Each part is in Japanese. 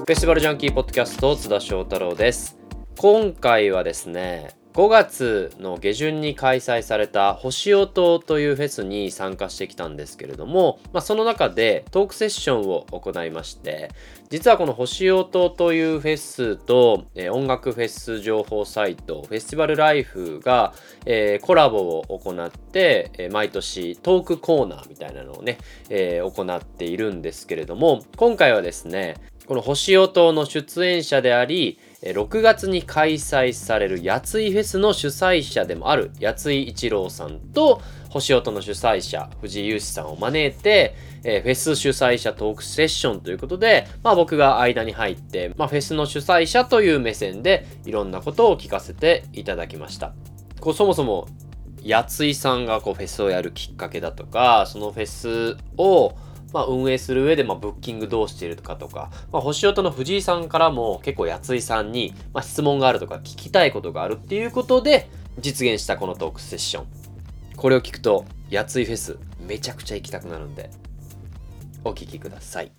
フェスティバルジャンキーポッドキャスト津田翔太郎です。今回はですね、5月の下旬に開催された星音というフェスに参加してきたんですけれども、その中でトークセッションを行いまして、実はこの星音というフェスと音楽フェス情報サイトフェスティバルライフがコラボを行って毎年トークコーナーみたいなのをね行っているんですけれども、今回はですね、この星音の出演者であり6月に開催されるやついフェスの主催者でもあるやつい一郎さんと星音の主催者藤井雄志さんを招いてフェス主催者トークセッションということで、僕が間に入って、フェスの主催者という目線でいろんなことを聞かせていただきました。そもそもやついさんがフェスをやるきっかけだとか、そのフェスを運営する上でブッキングどうしているかとか、星音の藤井さんからも結構やついさんに質問があるとか聞きたいことがあるっていうことで実現したこのトークセッション。これを聞くとやついフェスめちゃくちゃ行きたくなるんでお聞きください。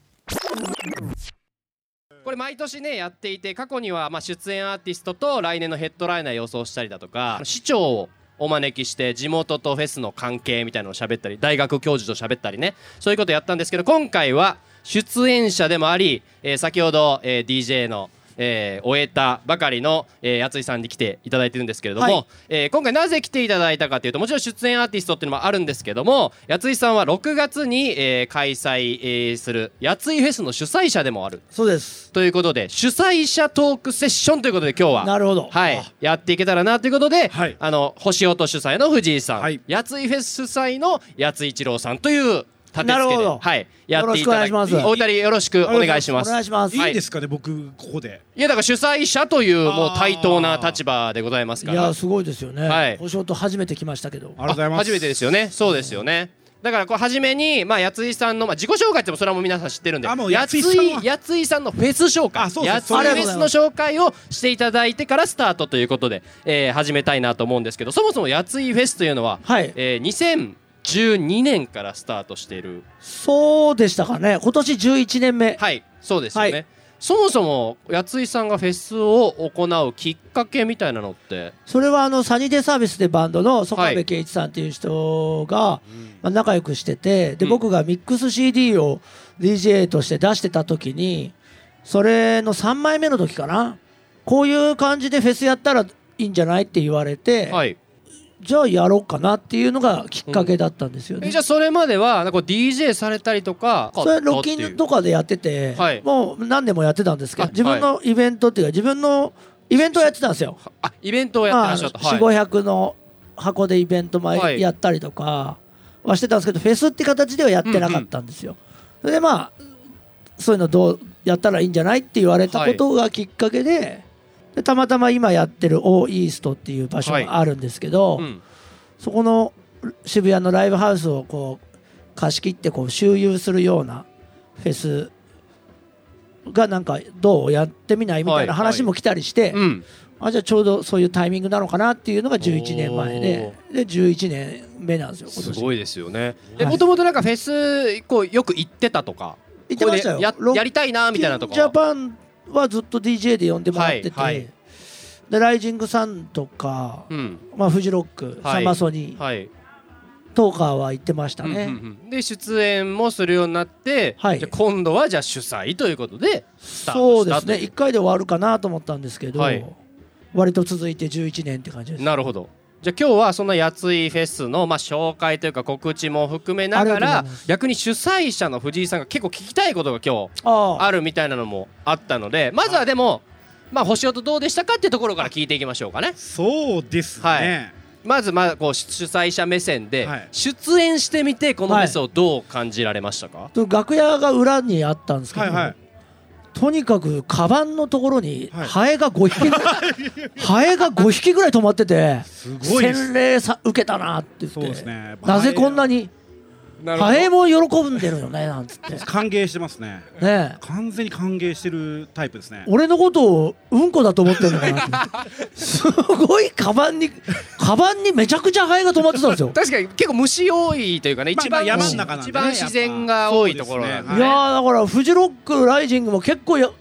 これ毎年ねやっていて、過去には出演アーティストと来年のヘッドライナー予想したりだとか、市長をお招きして地元とフェスの関係みたいなのを喋ったり、大学教授と喋ったりね、そういうことやったんですけど、今回は出演者でもあり、先ほど、DJ の、終えたばかりの、やついさんに来ていただいてるんですけれども、今回なぜ来ていただいたかというと、もちろん出演アーティストっていうのもあるんですけども、やついさんは6月に、開催、するやついフェスの主催者でもある。 そうですということで、主催者トークセッションということで今日はなるほど、 やっていけたらなということで、星音主催の藤井さん、やついフェス主催のやつい一郎さんという立て付けで、やっていただきます。お二人よろしくお願いします。 お願いします。 いいですかね、僕ここで。 いやだから主催者というもう対等な立場でございますから。 いやすごいですよね。星音初めて来ましたけど。 ありがとうございます。 初めてですよね。そうですよね。だから初めにやついさんの自己紹介ってもそれはもう皆さん知ってるんで、やついさんのフェス紹介、やついフェスの紹介をしていただいてからスタートということで、始めたいなと思うんですけど、そもそもやついフェスというのは、2012年からスタートしている。 そうでしたかね。今年11年目。 そうですよね。そもそもやついさんがフェスを行うきっかけみたいなのって、 それはサニーデイサービスでバンドの曽我部圭一さんっていう人が仲良くしてて、で僕がミックス CD を DJ として出してた時に、それの3枚目の時かな、こういう感じでフェスやったらいいんじゃないって言われて、じゃあやろうかなっていうのがきっかけだったんですよね。 じゃあそれまではDJ されたりとか、 それロッキンとかでやってて、もう何年もやってたんですけど、自分のイベントっていうか自分のイベントをやってたんですよ。 イベントをやってらっしゃった。 400、500の箱でイベントやったりとかはしてたんですけど、フェスって形ではやってなかったんですよ。それでそういうのどうやったらいいんじゃないって言われたことがきっかけで、たまたま今やってるオーイーストっていう場所があるんですけど、そこの渋谷のライブハウスを貸し切って周遊するようなフェスがどうやってみないみたいな話も来たりして、じゃあちょうどそういうタイミングなのかなっていうのが11年前で11年目なんですよ今年。 すごいですよね。もともとフェスよく行ってたとか、 行ってましたよ。 やりたいなみたいなとか。 ジャパンはずっと DJ で呼んでもらってて、でライジングサンとか、フジロック、サマソニー、トーカーは行ってましたね。 で出演もするようになって、じゃ今度はじゃあ主催ということでスタートした。 そうですね。1回で終わるかなと思ったんですけど、割と続いて11年って感じです。 なるほど。じゃあ今日はそのやついフェスの紹介というか告知も含めながら、逆に主催者の藤井さんが結構聞きたいことが今日あるみたいなのもあったので、まずはでも星音どうでしたかっていうところから聞いていきましょうかね。 そうですね。 まず主催者目線で出演してみてこのフェスをどう感じられましたか？ 楽屋が裏にあったんですけど、とにかくカバンのところにハエが5匹ぐらいハエが5匹ぐらい止まってて、洗礼受けたなって言って、なぜこんなにハエも喜んでるよねなんつって歓迎してますね。完全に歓迎してるタイプですね。 俺のことをうんこだと思ってるのかなってすごいカバンにめちゃくちゃハエが止まってたんですよ。 確かに結構虫多いというかね、一番山の中なんで、 一番自然が多いところなんで、 いやだからフジロックライジングも結構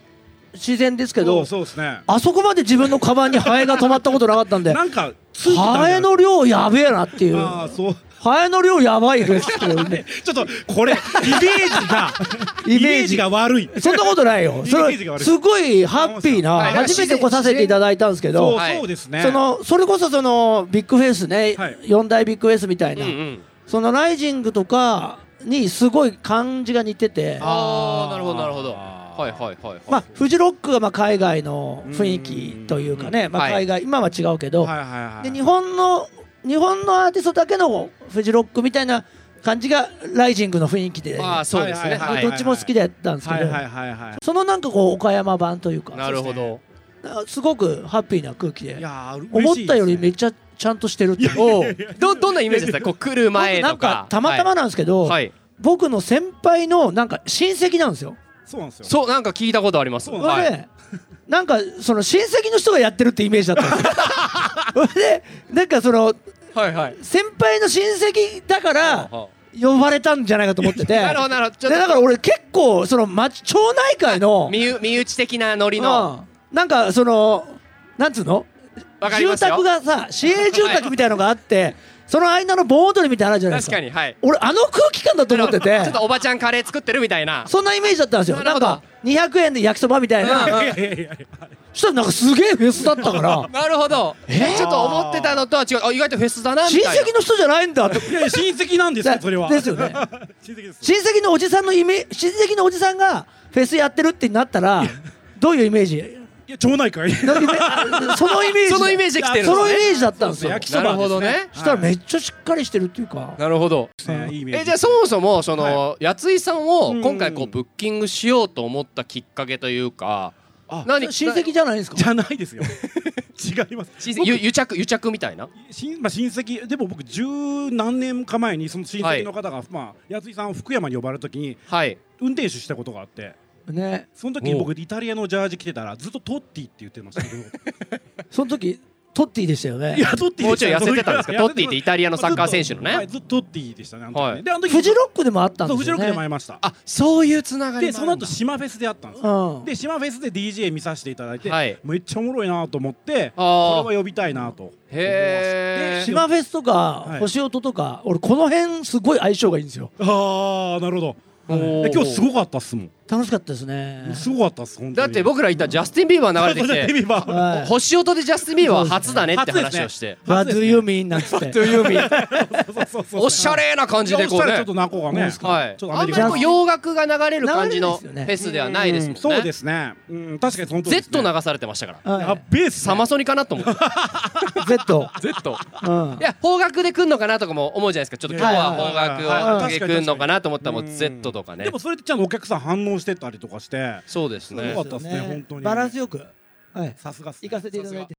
自然ですけど、 そうですね。 あそこまで自分のカバンにハエが止まったことなかったんでなんかついてたんじゃないハエの量やべえなっていう。 ああそう。 ハエの量やばいですけどね。 ちょっとこれイメージが悪い。 そんなことないよ。それすごいハッピーな、 はい初めて来させていただいたんですけど、 そうですね。 それこそそのビッグフェイスね、 はい 4大ビッグフェイスみたいな、 うんうん、 そのライジングとかにすごい感じが似てて、 ああなるほどなるほど、はいはいはいはい、 まあフジロックがまあ海外の雰囲気というかね、まあ海外、今は違うけど、で日本のアーティストだけのフジロックみたいな感じがライジングの雰囲気で、 ああそうですね、 どっちも好きだったんですけど、そのなんかこう岡山版というか、 なるほど、 すごくハッピーな空気で、思ったよりめっちゃちゃんとしてるっていう。 どんなイメージですか、こう来る前とか。 なんかたまたまなんですけど、 はい、 僕の先輩のなんか親戚なんですよ。 そうなんですよ。 そうなんか聞いたことあります。 はい、なんかその親戚の人がやってるってイメージだったんですよ。でなんかその、 はいはい、 先輩の親戚だから呼ばれたんじゃないかと思っててなるほどなるほど。 でだから俺結構その町内会の身内的なノリの、 なんかそのなんつうの住宅がさ市営住宅みたいのがあってその間の盆踊りみたいなのあるじゃないですか。 確かに、はい、 俺あの空気感だと思っててちょっとおばちゃんカレー作ってるみたいな、 そんなイメージだったんですよ。なんか200円で焼きそばみたいな、そしたらなんかすげえフェスだったからなるほど、ちょっと思ってたのとは違う、あ意外とフェスだなみたいな。 親戚の人じゃないんだって。 いや親戚なんですよそれは。 ですよね。親戚のおじさんの親戚のおじさんがフェスやってるってなったらどういうイメージ？ いや町内会そのイメージで来てる、 そのイメージだったんですよ。 なるほどね。 したらめっちゃしっかりしてるっていうか。 なるほど。じゃあそもそもそのやついさんを今回こうブッキングしようと思ったきっかけというか、 親戚じゃないですか？ じゃないですよ。違います。 癒着みたいな。 親戚でも僕十何年か前にその親戚の方がやついさんを福山に呼ばれるときに運転手したことがあって。ね、その時に僕イタリアのジャージ着てたらずっとトッティって言ってましたけどその時トッティでしたよね。 いやトッティもうちょい痩せてたんですか？トッティってイタリアのサッカー選手のね、 ずっとトッティでしたね。 でフジロックでもあったんですよね。 フジロックでも会いました。 あそういうつながりでその後島フェスであったんですよ。で島フェスで DJ 見させていただいてめっちゃおもろいなと思ってこれは呼びたいなと。 へえ。島フェスとか星音とか俺この辺すごい相性がいいんですよ。 ああなるほど。今日すごかったっすもん。 楽しかったですね。 すごかったっす本当に。 だって僕らいたジャスティン・ビーバー流れてきて星音でジャスティン・ビーバー初だねって話をして What do you mean なんつっておしゃれな感じでこうね、 ちょっとナコがね、 あんまり洋楽が流れる感じのフェスではないですもんね。 そうですね。確かにその通りですね。 Z 流されてましたから。 ベースサマソニかなと思って Z いや邦楽で来んのかなとかも思うじゃないですか。ちょっと今日は邦楽で来んのかなと思ったらもう Z とかね。 でもそれでちゃんとお客さん反応してたりとかしてそうですね。 よかったですね本当に。 バランスよくさすが行かせていただいて。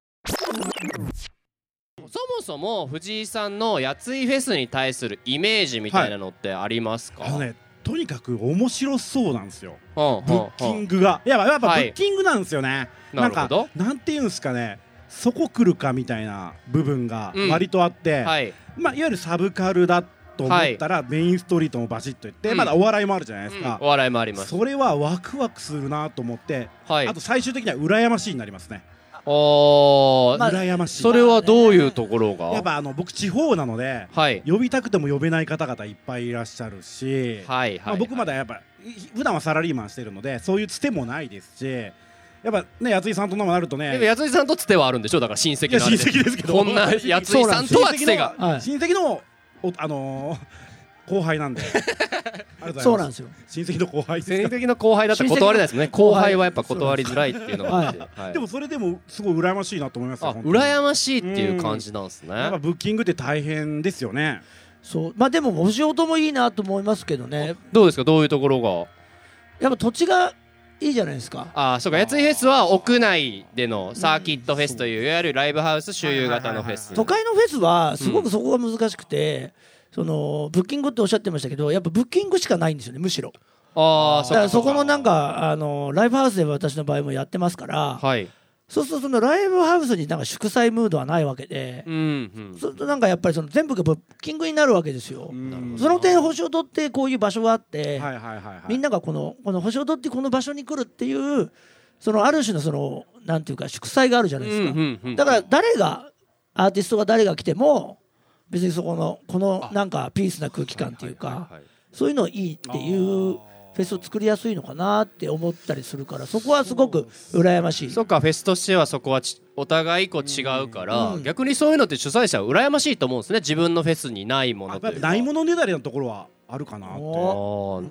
そもそも藤井さんのやついフェスに対するイメージみたいなのってありますか？ とにかく面白そうなんですよブッキングが。やっぱブッキングなんですよね。なんかなんていうんですかね、そこ来るかみたいな部分が割とあって、いわゆるサブカルだと思ったらメインストリートもバシッといってまだお笑いもあるじゃないですか。 お笑いもあります。 それはワクワクするなと思って、あと最終的には羨ましいになりますね。羨ましい。 それはどういうところが？ やっぱ僕地方なので呼びたくても呼べない方々いっぱいいらっしゃるし、僕まだやっぱ普段はサラリーマンしてるのでそういうつてもないですし、やっぱねやついさんとなるとね。 でもやついさんとつてはあるんでしょ？だから親戚の親戚ですけど、 こんなやついさんとはつてが親戚の後輩なんでそうなんですよ。 親戚の後輩親戚の後輩だったら断れないですもんね。後輩はやっぱ断りづらいっていうのがあって、 でもそれでもすごい羨ましいなと思いますよ。 羨ましいっていう感じなんですね。 やっぱブッキングって大変ですよね。 そうでも星音もいいなと思いますけどね。 どうですか？どういうところが？ やっぱ土地がいいじゃないですか。 そうか。やついフェスは屋内でのサーキットフェスといういわゆるライブハウス周遊型のフェス。 都会のフェスはすごくそこが難しくて、そのブッキングっておっしゃってましたけどやっぱブッキングしかないんですよねむしろ。だからそこのなんかライブハウスで私の場合もやってますから、そうするとそのライブハウスになんか祝祭ムードはないわけで、そうするとなんかやっぱりその全部がブッキングになるわけですよ。その点星音ってこういう場所があって、みんながこの星音ってこの場所に来るっていうそのある種のそのなんていうか祝祭があるじゃないですか。だから誰がアーティストが誰が来ても別にそこのこのなんかピースな空気感っていうかそういうのいいっていうフェスを作りやすいのかなって思ったりするから、そこはすごく羨ましい。 そっか、フェスとしてはそこはお互いこう違うから、逆にそういうのって主催者は羨ましいと思うんですね。自分のフェスにないものというか。 ないものねだりのところはあるかなって。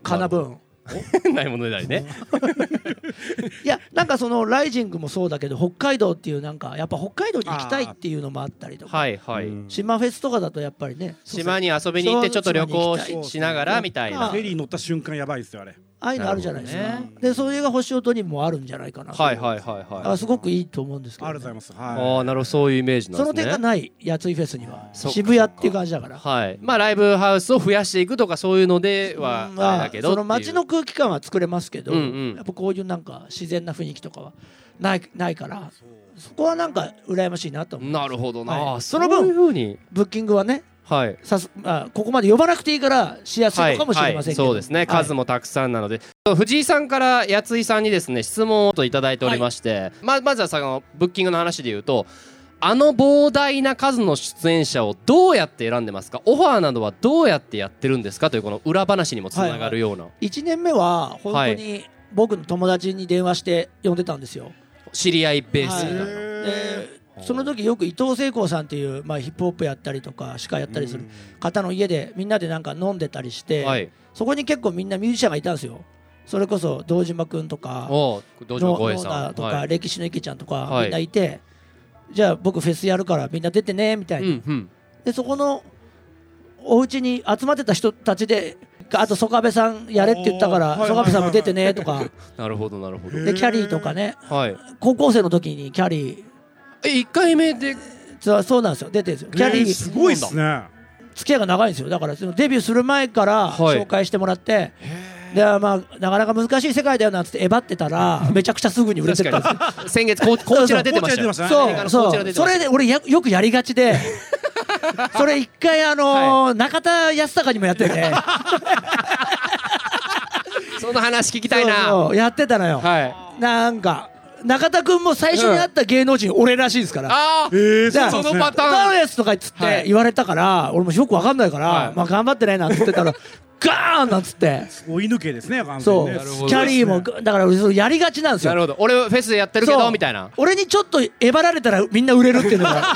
かな分ないものねだりね。 いやなんかそのライジングもそうだけど北海道っていうなんかやっぱ北海道に行きたいっていうのもあったりとか、 はいはい、 島フェスとかだとやっぱりね島に遊びに行ってちょっと旅行 しながらみたいな。 フェリー乗った瞬間やばいですよあれ。 ああいうのあるじゃないですか、ね、でそれが星音にもあるんじゃないかなと。 はいはいはいはい。 すごくいいと思うんですけど、ね、 ありがとうございます。はい、 ああなるほど、そういうイメージなんですね。 その点がないやついフェスには渋谷っていう感じだから、 はい、まあライブハウスを増やしていくとかそういうのではあれだけど、 その街の空気感は作れますけど、やっぱこういうなんか自然な雰囲気とかはないからそこはなんか羨ましいなと思う。 なるほどな、 はい、その分ブッキングはね、はい、ここまで呼ばなくていいからしやすいのかもしれませんけど、 そうですね、数もたくさんなので、藤井さんからやついさんにですね質問をいただいておりまして、まずはそのブッキングの話で言うと、膨大な数の出演者をどうやって選んでますか、オファーなどはどうやってやってるんですかというこの裏話にもつながるような、 1年目は本当に僕の友達に電話して呼んでたんですよ。 知り合いベースみたいな。 その時よく伊藤聖光さんっていう、ヒップホップやったりとか司会やったりする方の家でみんなでなんか飲んでたりして、そこに結構みんなミュージシャンがいたんですよ。それこそ堂島くんとか堂島光栄さんとか歴史の池ちゃんとかみんないて、じゃあ僕フェスやるからみんな出てねみたいな、でそこのお家に集まってた人たちで、あと曽我部さんやれって言ったから曽我部さんも出てねとかなるほどなるほど。 でキャリーとかね、高校生の時にキャリー 1回目でそうなんですよ、出てるんですよ。キャリーすごいっすね。 付き合いが長いんですよ。だからそのデビューする前から紹介してもらって、でなかなか難しい世界だよなってえばってたらめちゃくちゃすぐに売れてたんですよ。 先月こちら出てましたよ。 そうそれで俺よくやりがちでそれ一回中田康隆にもやっててその話聞きたいな。 やってたのよ。なんか中田君も最初に会った芸能人俺らしいですから、 そのパターンダウエスとかっつって言われたから、俺もよく分かんないから、頑張ってねなんて言ってたらガーンなんつって追い抜けですね。 そうキャリーもだからやりがちなんですよ。 なるほど、俺フェスでやってるけどみたいな。 俺にちょっとえばられたらみんな売れるっていうのが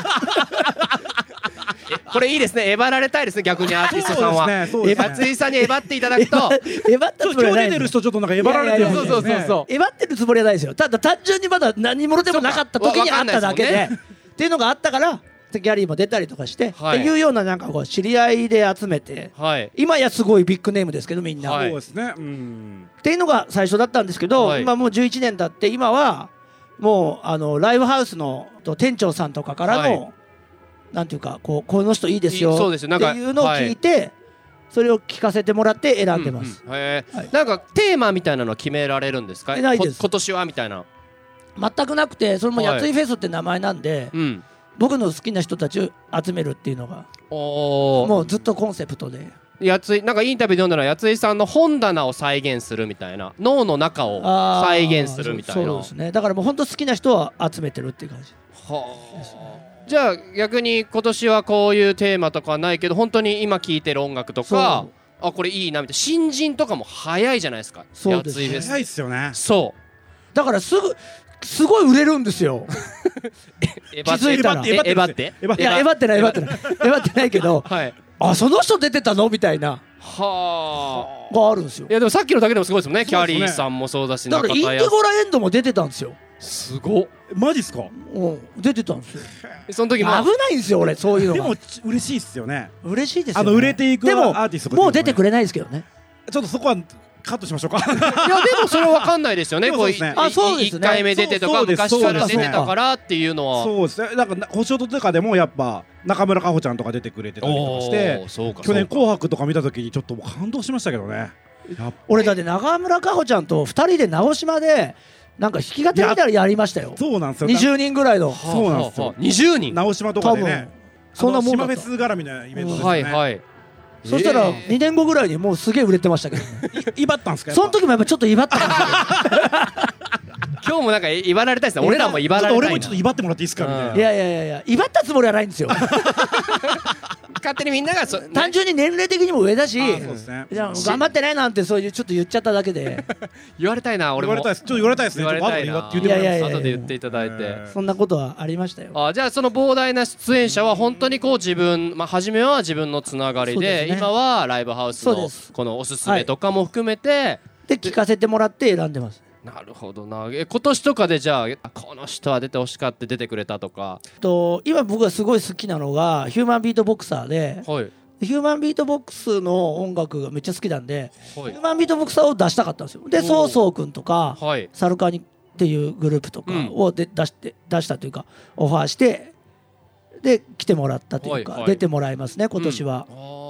これいいですね、えばられたいですね逆にアーティストさんは。松井さんにえばっていただくとえばったつもりはない。 今日出てる人ちょっとなんかえばられてる。 そうえばってるつもりはないですよ。ただ単純にまだ何者でもなかった時にあっただけでっていうのがあったからギャリーも出たりとかしてっていうようななんかこう知り合いで集めて、今やすごいビッグネームですけどみんな、 そうですね、 っていうのが最初だったんですけど、今もう11年経って今はもうライブハウスの店長さんとかからのなんていうかこの人いいですよっていうのを聞いて、それを聞かせてもらって選んでます。 なんかテーマみたいなの決められるんですか？ ないです。 今年はみたいな全くなくて、それもやついフェスって名前なんで、僕の好きな人たちを集めるっていうのがもうずっとコンセプトで。 やついなんかインタビューで読んだらやついさんの本棚を再現するみたいな、脳の中を再現するみたいな。 そうですね。だからもう本当好きな人を集めてるっていう感じ。 じゃあ逆に今年はこういうテーマとかはないけど、本当に今聴いてる音楽とかこれいいなみたいな、新人とかも早いじゃないですか。 そうですね、 早いっすよね。 そうだからすごい売れるんですよ気づいたらえばっていやえばってないけど、その人出てたのみたいながあるんですよ。 いやでもさっきのだけでもすごいですもんね。キャリーさんもそうだし、 だからインディゴラエンドも出てたんですよ。 すごっ、 マジっすか？ 出てたんですよ。 その時も危ないんですよ俺、そういうのが。 でも嬉しいっすよね。 嬉しいですよね。 売れていくアーティストもう出てくれないですけどね。 ちょっとそこはカットしましょうか。 いやでもそれは分かんないですよね。 そうですね。 1回目出てとか昔から出てたからっていうのは。 そうですね。なんか星音とかでもやっぱ中村佳穂ちゃんとか出てくれてたりとかして、去年紅白とか見た時にちょっと感動しましたけどね。 俺だって中村佳穂ちゃんと2人で直島でなんか弾き語りみたいなのやりましたよ。 そうなんですよ。 20人ぐらいの。 そうなんですよ。 20人。 直島とかでね。 そんなもんだった。 島フェス絡みなイベントですね。 そしたら2年後ぐらいにもうすげえ売れてましたけどね。 威張ったんですか？ その時もやっぱちょっと威張ったんです今日もなんか威張られたいですね。俺らも威張られたいな。 俺もちょっと威張ってもらっていいですかみたいな。 いや威張ったつもりはないんですよ。 勝手にみんなが単純に年齢的にも上だし、 そうですね、 頑張ってねなんてそういうちょっと言っちゃっただけで言われたいな。俺もちょっと言われたいですね。 言われたいな。 いや後で言っていただいて、 そんなことはありましたよ。 じゃあその膨大な出演者は本当にこう自分、初めは自分のつながりで、今はライブハウスのこのおすすめとかも含めてで聞かせてもらって選んでます。 なるほどな。今年とかでじゃあこの人は出てほしかった出てくれたとか。 今僕がすごい好きなのがヒューマンビートボクサーで、ヒューマンビートボックスの音楽がめっちゃ好きなんで、ヒューマンビートボクサーを出したかったんですよ。でそうそうくんとか、サルカニっていうグループとかを出したというかオファーしてで来てもらったというか、出てもらいますね今年は。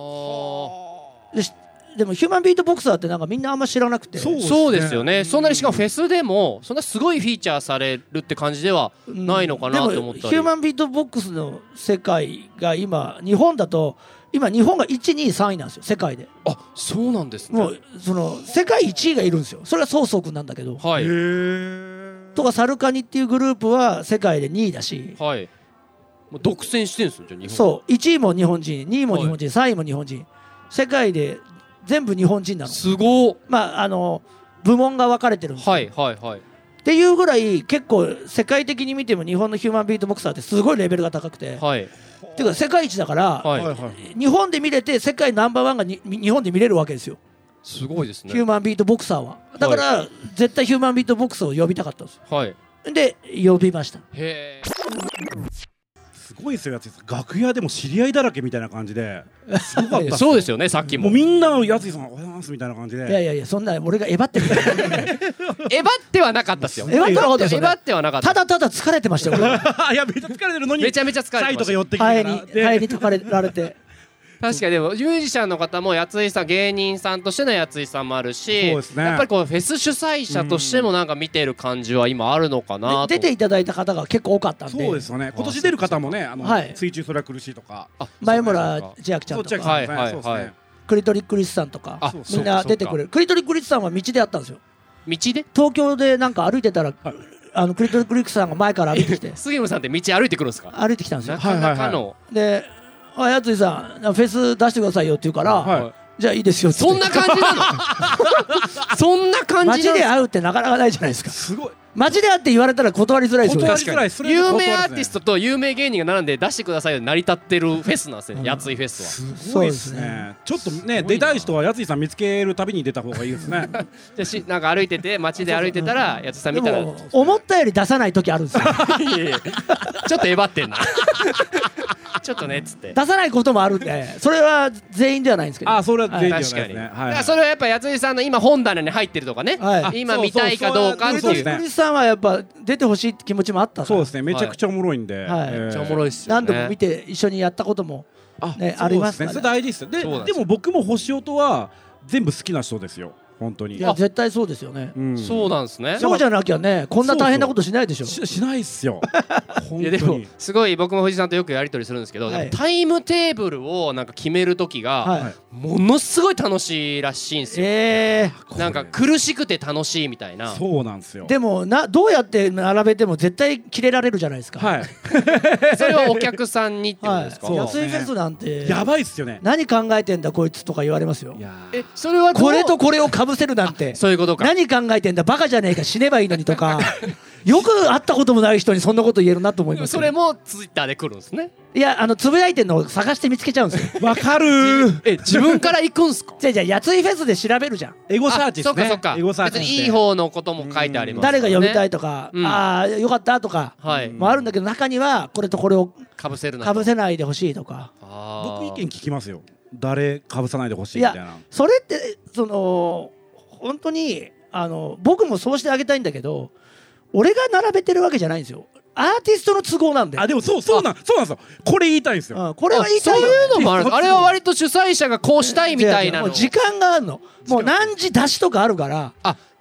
でもヒューマンビートボクサーってなんかみんなあんま知らなくて。 そうですよね。そんなにしかもフェスでもそんなすごいフィーチャーされるって感じではないのかなと思ったり。 ヒューマンビートボックスの世界が今日本だと今日本が1、2、3位なんですよ世界で。 あ、そうなんですね。 もうその世界1位がいるんですよ。それはそうそうくんなんだけど、とかサルカニっていうグループは世界で2位だし、 もう独占してるんですよじゃあ日本。 そう1位も日本人、2位も日本人、3位も日本人、世界で全部日本人なの。 すごっ。 部門が分かれてるんですよ。っていうぐらい結構世界的に見ても日本のヒューマンビートボクサーってすごいレベルが高くて、っていうか世界一だから、日本で見れて世界ナンバーワンが日本で見れるわけですよ。 すごいですね。 ヒューマンビートボクサーはだから、絶対ヒューマンビートボクサーを呼びたかったんですよ。で呼びました。 へー、 すごいですよ。楽屋でも知り合いだらけみたいな感じですごかった。 そうですよね。さっきもみんなやついさんおはようございますみたいな感じで。 いやそんな俺がえばってるえばってはなかったですよ。 えばってはなかった。 ただただ疲れてましたよ。 いやめっちゃ疲れてるのにめちゃめちゃ疲れてました。 サイとか寄ってきてからハエに解かれられて。 確かにでもミュージシャンの方もやついさん、芸人さんとしてのやついさんもあるし、やっぱりこうフェス主催者としてもなんか見てる感じは今あるのかなと。 出ていただいた方が結構多かったんで。 そうですよね。今年出る方もね、水中それは苦しいとか、 前村千秋ちゃんとか、クリトリックリスさんとかみんな出てくれる。クリトリックリスさんは道で会ったんですよ。 道で東京でなんか歩いてたらクリトリックリスさんが前から歩いてきて杉村さんって道歩いてくるんですか？ 歩いてきたんですよ。 なかなかのでやついさんフェス出してくださいよって言うから、じゃあいいですよって。 そんな感じなの？そんな感じ。 街で会うってなかなかないじゃないですか。 すごい。 街で会って言われたら断りづらいですよね。 確かに有名アーティストと有名芸人が並んで出してくださいよ成り立ってるフェスなんですよ、やついフェスは。 すごいですね。ちょっとね出たい人はやついさん見つけるたびに出た方がいいですね。 じゃなんか歩いてて街で歩いてたらやついさん見たら思ったより出さない時あるんですよ。 ちょっとえばってんな。ちょっとねっつって出さないこともあるんで、それは全員ではないんですけど。 それは全員ではないですね。 だからそれはやっぱやついさんの今本棚に入ってるとかね、今見たいかどうかっていう。 クリスさんはやっぱ出てほしいって気持ちもあった。 そうですね。めちゃくちゃおもろいんで。 めっちゃおもろいっすよね。 何度も見て一緒にやったこともありますね。 それ大事ですよ。でも僕も星音は全部好きな人ですよ。本当に。 いや絶対そうですよね。 そうなんですね。 そうじゃなきゃねこんな大変なことしないでしょ。 しないっすよ。 いやでもすごい僕も藤井さんとよくやり取りするんですけど、タイムテーブルをなんか決める時がものすごい楽しいらしいんですよ。なんか苦しくて楽しいみたいな。 そうなんですよ。 でもどうやって並べても絶対キレられるじゃないですか。 それはお客さんにってことですか？ やついフェスなんてやばいっすよね。 何考えてんだこいつとか言われますよ。 それはこれとこれをかぶせるなんてそういうことか。 何考えてんだバカじゃねえか死ねばいいのにとかよく会ったこともない人にそんなこと言えるなと思います。 それもツイッターで来るんですね。 いやつぶやいてんのを探して見つけちゃうんですよ。 わかる。 自分から行くんすか？ じゃあやついフェスで調べるじゃん。 エゴサーチですね。 そっか。別にいい方のことも書いてあります。 誰が呼びたいとかよかったとかもあるんだけど、中にはこれとこれをかぶせないでほしいとか。 僕意見聞きますよ。誰かぶさないでほしいみたいな。いやそれって本当に僕もそうしてあげたいんだけど俺が並べてるわけじゃないんですよ。アーティストの都合なんで。 でもそうなんですよ。これ言いたいんですよ。 これは言いたいよ。 そういうのもある。あれは割と主催者がこうしたいみたいなの。 時間があるの。もう何時出しとかあるから。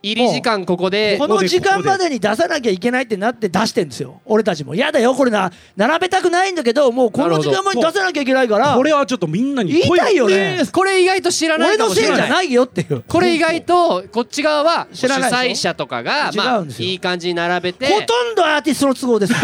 入り時間ここでこの時間までに出さなきゃいけないってなって出してんですよ。俺たちもやだよこれ並べたくないんだけど、もうこの時間までに出さなきゃいけないから、 これはちょっとみんなに言いたいよね。 これ意外と知らないかもしれない。 俺のせいじゃないよっていう。 これ意外とこっち側は主催者とかがいい感じに並べて、 ほとんどアーティストの都合です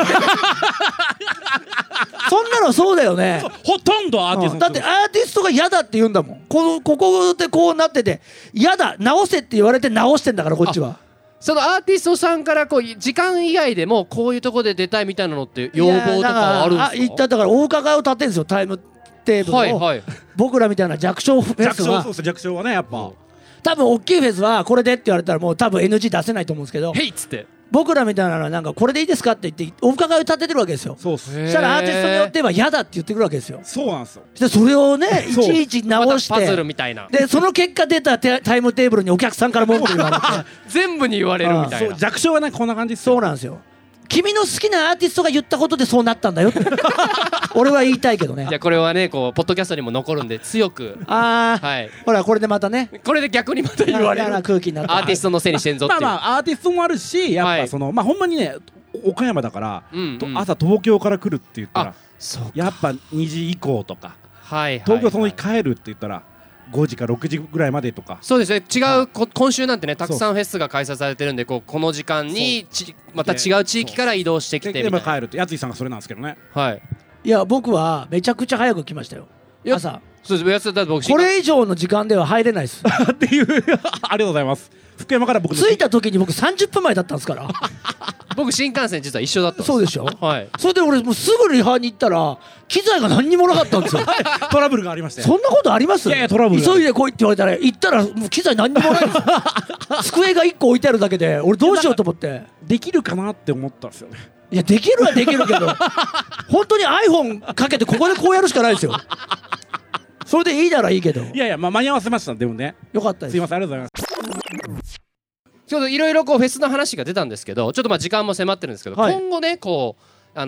そんなのそうだよね。 ほとんどアーティスト、 だってアーティストが嫌だって言うんだもん。ここでこうなってて嫌だ直せって言われて直してんだからこっちは。 そのアーティストさんからこう時間以外でもこういうとこで出たいみたいなのって要望とかはあるんですか？ 言っただからお伺いを立てるんですよ、タイムテーブルを。僕らみたいな弱小フェスは弱小はねやっぱ多分大きいフェスはこれでって言われたらもう多分 NG 出せないと思うんですけど、 へいっつって僕らみたいなのはなんかこれでいいですかって言ってお伺いを立ててるわけですよ。 そうっす。 そしたらアーティストによっては嫌だって言ってくるわけですよ。 そうなんですよ。 でそれをねいちいち直して、 パズルみたいなでその結果出たタイムテーブルにお客さんから文句言われて全部に言われるみたいな。 弱小はねこんな感じですよ。 そうなんですよ。君の好きなアーティストが言ったことでそうなったんだよって俺は言いたいけどね。 いやこれはねこうポッドキャストにも残るんで強くほらこれでまたねこれで逆にまた言われる空気になってアーティストのせいにしてんぞっていう。 まあアーティストもあるしやっぱそのほんまにね岡山だから朝東京から来るって言ったらやっぱ2時以降とか東京その日帰るって言ったら5時か6時ぐらいまでとか。 そうですね。違う今週なんてねたくさんフェスが開催されてるんでこの時間にまた違う地域から移動してきてみたいな。 で帰るってやついさんがそれなんですけどね。 いや僕はめちゃくちゃ早く来ましたよ朝。 そうです。だって僕これ以上の時間では入れないですっていうありがとうございます。福山から僕着いた時に僕30分前だったんですから僕新幹線実は一緒だったんです。 そうでしょ。それで俺もうすぐリハに行ったら機材が何にもなかったんですよトラブルがありましたよ。 そんなことあります？ いやトラブル急いで来いって言われたら行ったらもう機材何にもないんですよ机が1個置いてあるだけで俺どうしようと思ってできるかなって思ったんですよね。 いやできるはできるけど本当に iPhone かけてここでこうやるしかないですよそれでいいならいいけど。 いや間に合わせました。でもねよかったです。 すいませんありがとうございます。 ちょっといろいろこうフェスの話が出たんですけどちょっと時間も迫ってるんですけど、今後ねこう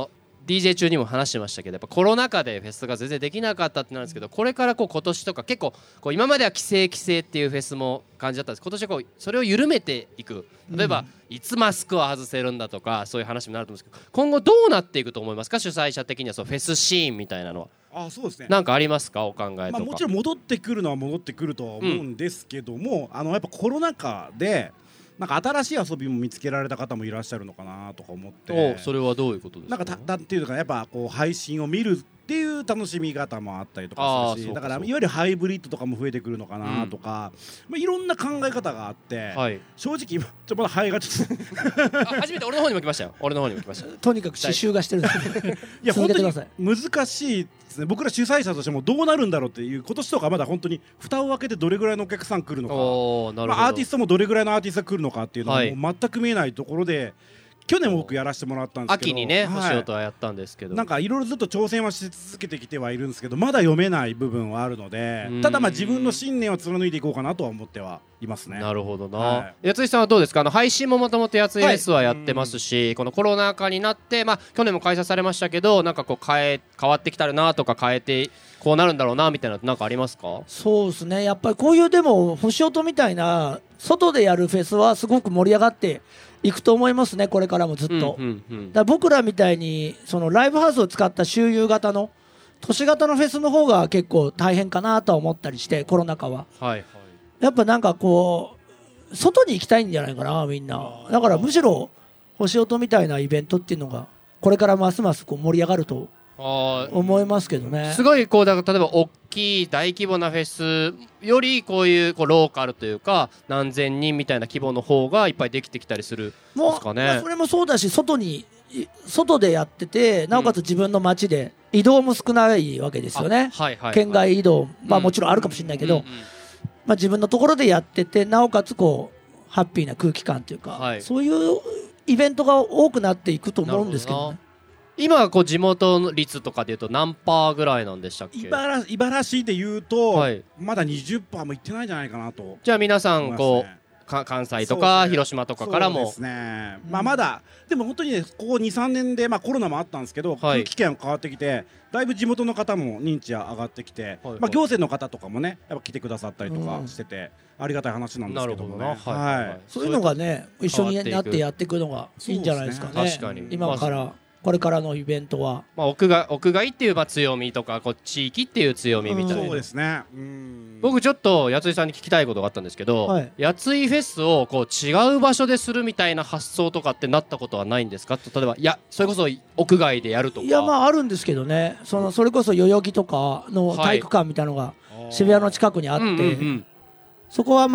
DJ 中にも話してましたけどやっぱコロナ禍でフェスが全然できなかったってなるんですけどこれから今年とか結構今までは規制っていうフェスも感じだったんです。今年はそれを緩めていく。例えば、いつマスクを外せるんだとかそういう話になると思うんですけど今後どうなっていくと思いますか？主催者的にはフェスシーンみたいなのは。 そうですね。 なんかありますか？お考えとか。 もちろん戻ってくるのは戻ってくるとは思うんですけども、やっぱコロナ禍でなんか新しい遊びも見つけられた方もいらっしゃるのかなとか思って。 それはどういうことですか？ なんかっていうかやっぱこう配信を見るっていう楽しみ方もあったりとかするし、だからいわゆるハイブリッドとかも増えてくるのかなとか、いろんな考え方があって、正直今まだハイがちょっと初めて俺の方にも来ましたよ。俺の方にも来ました。 とにかく刺繍がしてるんですいや本当に難しいですね。僕ら主催者としてもどうなるんだろうっていう今年とかまだ本当に蓋を開けてどれぐらいのお客さん来るのか、アーティストもどれぐらいのアーティストが来るのかっていうのはもう全く見えないところで。去年僕やらせてもらったんですけど秋にね星音はやったんですけどなんかいろいろずっと挑戦はし続けてきてはいるんですけどまだ読めない部分はあるのでただ自分の信念を貫いていこうかなとは思ってはいますね。 なるほどな。やついさんはどうですか？配信ももともとやつい S はやってますしこのコロナ禍になって去年も開催されましたけどなんかこう変わってきたらなとか変えてこうなるんだろうなみたいななんかありますか？そうですねやっぱりこういうでも星音みたいな外でやるフェスはすごく盛り上がっていくと思いますねこれからもずっと。だ僕らみたいにそのライブハウスを使った周遊型の都市型のフェスの方が結構大変かなとは思ったりしてコロナ禍は、やっぱなんかこう外に行きたいんじゃないかなみんな。だからむしろ星音みたいなイベントっていうのがこれからますますこう盛り上がると思いますけどね。 すごいこうだから例えば大きい大規模なフェスよりこういうローカルというか何千人みたいな規模の方がいっぱいできてきたりするんですかね。 それもそうだし外でやっててなおかつ自分の街で移動も少ないわけですよね。県外移動もちろんあるかもしれないけど自分のところでやっててなおかつこうハッピーな空気感というかそういうイベントが多くなっていくと思うんですけどね。 今こう地元率とかでいうと何パーぐらいなんでしたっけ？ 茨城でいうと、まだ20%もいってないんじゃないかなと。 じゃあ皆さんこう関西とか広島とかからも。 そうですね、まだでも本当にねここ 2,3 年で、コロナもあったんですけど、空気圏変わってきてだいぶ地元の方も認知が上がってきて、行政の方とかもねやっぱ来てくださったりとかしてて、ありがたい話なんですけどもね。 そういうのがね一緒になってやっていくのがいいんじゃないですかね。 確かに今からこれからのイベントは、 屋外っていう強みとか地域っていう強みみたいな。 そうですね。 僕ちょっとやついさんに聞きたいことがあったんですけど、やついフェスを違う場所でするみたいな発想とかってなったことはないんですか？例えばそれこそ屋外でやるとか。 いやあるんですけどね、それこそ代々木とかの体育館みたいなのが渋谷の近くにあって、そこは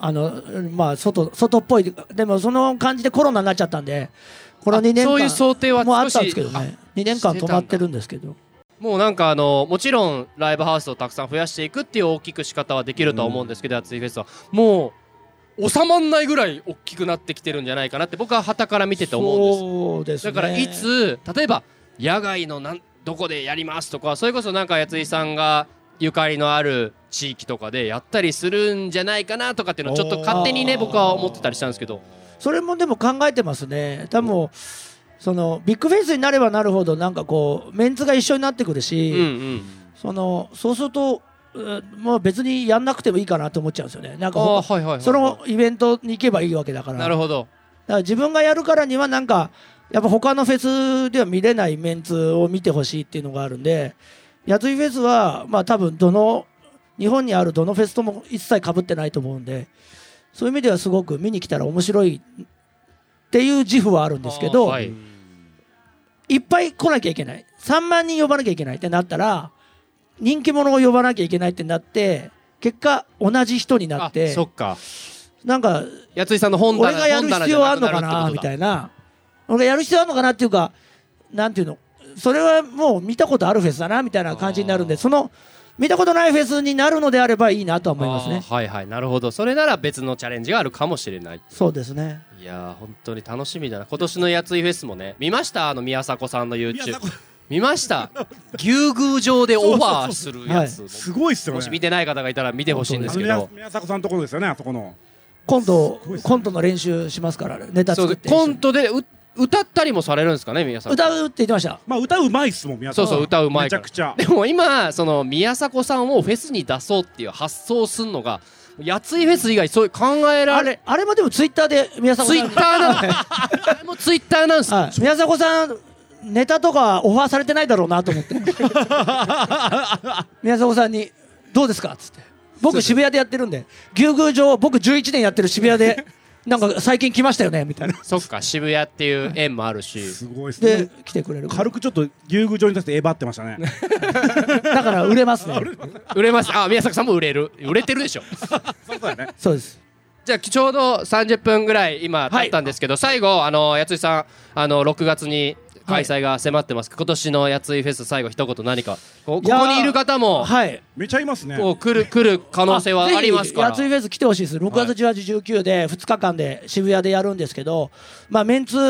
外っぽい。でもその感じでコロナになっちゃったんで、この2年間そういう想定はもうあったんですけどね、2年間止まってるんですけど、 もうなんかもちろんライブハウスをたくさん増やしていくっていう大きく仕方はできるとは思うんですけど、やついフェスはもう収まんないぐらい大きくなってきてるんじゃないかなって僕は傍から見てて思うんです。だからいつ例えば野外のどこでやりますとか、それこそなんかやついさんがゆかりのある地域とかでやったりするんじゃないかなとかっていうのをちょっと勝手にね僕は思ってたりしたんですけど、 それもでも考えてますね。多分ビッグフェイスになればなるほどなんかメンツが一緒になってくるし、そうするともう別にやんなくてもいいかなと思っちゃうんですよね。なんかそのイベントに行けばいいわけだから。 なるほど。 だから自分がやるからにはなんかやっぱ他のフェスでは見れないメンツを見てほしいっていうのがあるんで、やついフェスは多分日本にあるどのフェスとも一切被ってないと思うんで、そういう意味ではすごく見に来たら面白いっていう自負はあるんですけど、いっぱい来なきゃいけない、3万人呼ばなきゃいけないってなったら、人気者を呼ばなきゃいけないってなって、結果同じ人になって、 そっか、 なんかやついさんの本棚俺がやる必要あるのかなみたいな、俺がやる必要あるのかなっていうか、なんていうの、それはもう見たことあるフェスだなみたいな感じになるんで、見たことないフェスになるのであればいいなとは思いますね。 なるほど。それなら別のチャレンジがあるかもしれない。 そうですね。 いや本当に楽しみだな。今年のやついフェスもね、見ました？宮迫さんの YouTube 見ました。牛宮城でオファーするやつ、 すごいっすよね。 もし見てない方がいたら見てほしいんですけど、 宮迫さんのところですよね、あそこの。 コントの練習しますから、ネタ作って。 コントで歌ったりもされるんですかね、宮迫さん。歌うって言ってました。 歌うまいっすもん、宮迫さん。 そう歌うまい。 めちゃくちゃ。 でも今宮迫さんをフェスに出そうっていう発想をするのが、やついフェス以外そういう考えられ、 あれもでもツイッターで宮迫さん、 ツイッターなんもうツイッターなんすか。 宮迫さんネタとかオファーされてないだろうなと思って宮迫さんにどうですかっつって、僕渋谷でやってるんで、牛宮城僕11年やってる渋谷でなんか最近来ましたよねみたいな。 そっか、渋谷っていう縁もあるし、 すごいですね。 で来てくれる。 軽くちょっと牛宮城に対してエバってましたね。 だから売れますね。 売れます。宮迫さんも売れてるでしょ。 そうだね。 そうです。 じゃあちょうど30分ぐらい今経ったんですけど、最後やついさん6月に開催が迫ってます。今年のやついフェス、最後一言何か。ここにいる方もめちゃいますね。 来る可能性はありますから。 やついフェス来てほしいです。6月18、19で2日間で渋谷でやるんですけど、メンツ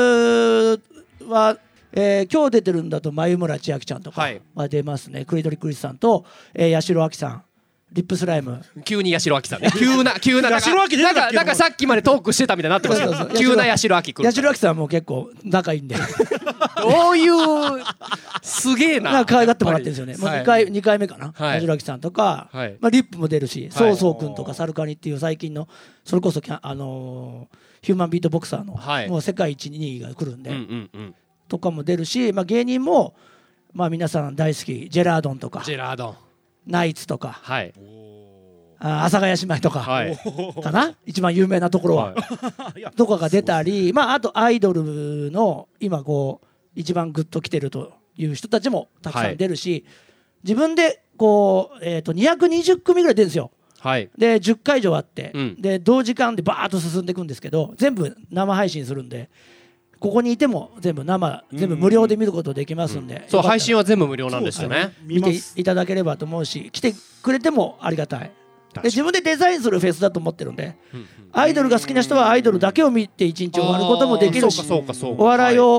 は今日出てるんだと眉村千秋ちゃんとかは出ますね。クリドリクリスさんと八代亜紀さん、リップスライム。 急に八代亜紀さんね。急ななんかさっきまでトークしてたみたいになってましたけど、急な八代亜紀来る。 八代亜紀さんも結構仲いいんでどういうすげえな、 可愛がってもらってるんですよね。もう2回目かな。八代亜紀さんとか、リップも出るし、そうそうくんとかサルカニっていう最近のそれこそヒューマンビートボクサーのもう世界一2位が来るんでとかも出るし、芸人も皆さん大好きジェラードンとかナイツとか、阿佐ヶ谷姉妹とかかな、一番有名なところはとかが出たり、あとアイドルの今一番グッと来てるという人たちもたくさん出るし、自分で220組ぐらい出るんですよ。で10会場あって、で同時間でバーッと進んでいくんですけど、全部生配信するんで、ここにいても全部無料で見ることできますんで、 そう配信は全部無料なんですよね。 見ていただければと思うし、来てくれてもありがたい。で自分でデザインするフェスだと思ってるんで、アイドルが好きな人はアイドルだけを見て一日終わることもできるし、お笑いを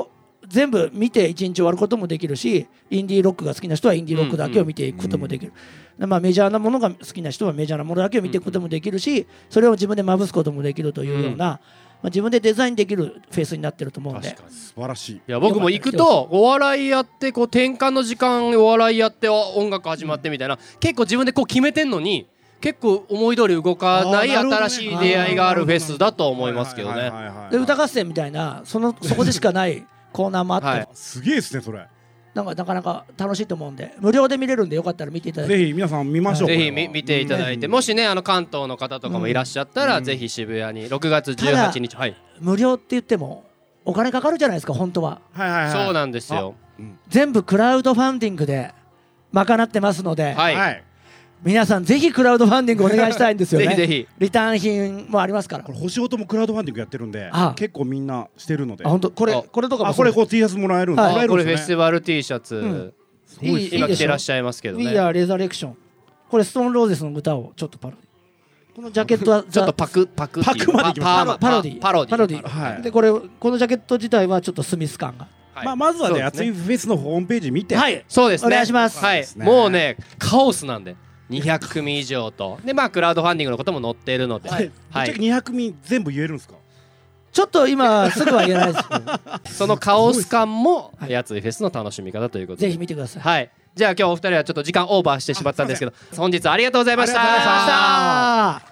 全部見て1日終わることもできるし、インディーロックが好きな人はインディーロックだけを見ていくこともできる、まあ、メジャーなものが好きな人はメジャーなものだけを見ていくこともできるし、それを自分でまぶすこともできるというような、まあ、自分でデザインできるフェスになってると思うんで。 確かに素晴らしい。 いや僕も行くとお笑いやってこう転換の時間お笑いやって音楽始まってみたいな、結構自分でこう決めてんのに結構思い通り動かない新しい出会いがあるフェスだと思いますけどね。 で歌合戦みたいなそこでしかないコーナーもあって、はい、 すげえですねそれ。 なかなか楽しいと思うんで無料で見れるんでよかったら見ていただいて、 ぜひ皆さん見ましょう。 ぜひ見ていただいて、もしね関東の方とかもいらっしゃったら、ぜひ渋谷に6月18日、はい、 無料って言ってもお金かかるじゃないですか本当は。 そうなんですよ。 全部クラウドファンディングで賄ってますので、 はい、 皆さんぜひクラウドファンディングお願いしたいんですよね。 ぜひぜひリターン品もありますから。 これ星音もクラウドファンディングやってるんで、結構みんなしてるので。 本当これとかもこれこう T シャツもらえるんで、 これフェスティバル T シャツ今着てらっしゃいますけどね。 We are Resurrection。これストーンローゼスの歌をちょっとパロディ。このジャケットはちょっとパクまでいきました。 パロディ。でこのジャケット自体はちょっとスミス感が。 まずはね熱いフェスのホームページ見て。 はい。 そうですね。 お願いします。 はい。もうねカオスなんで。200組以上とでクラウドファンディングのことも載っているので、ぶっちゃけ200組全部言えるんですか？ ちょっと今すぐは言えないですけどそのカオス感もやついフェスの楽しみ方ということでぜひ見てください。 はい。じゃあ今日お二人はちょっと時間オーバーしてしまったんですけど、本日ありがとうございました。 ありがとうございました。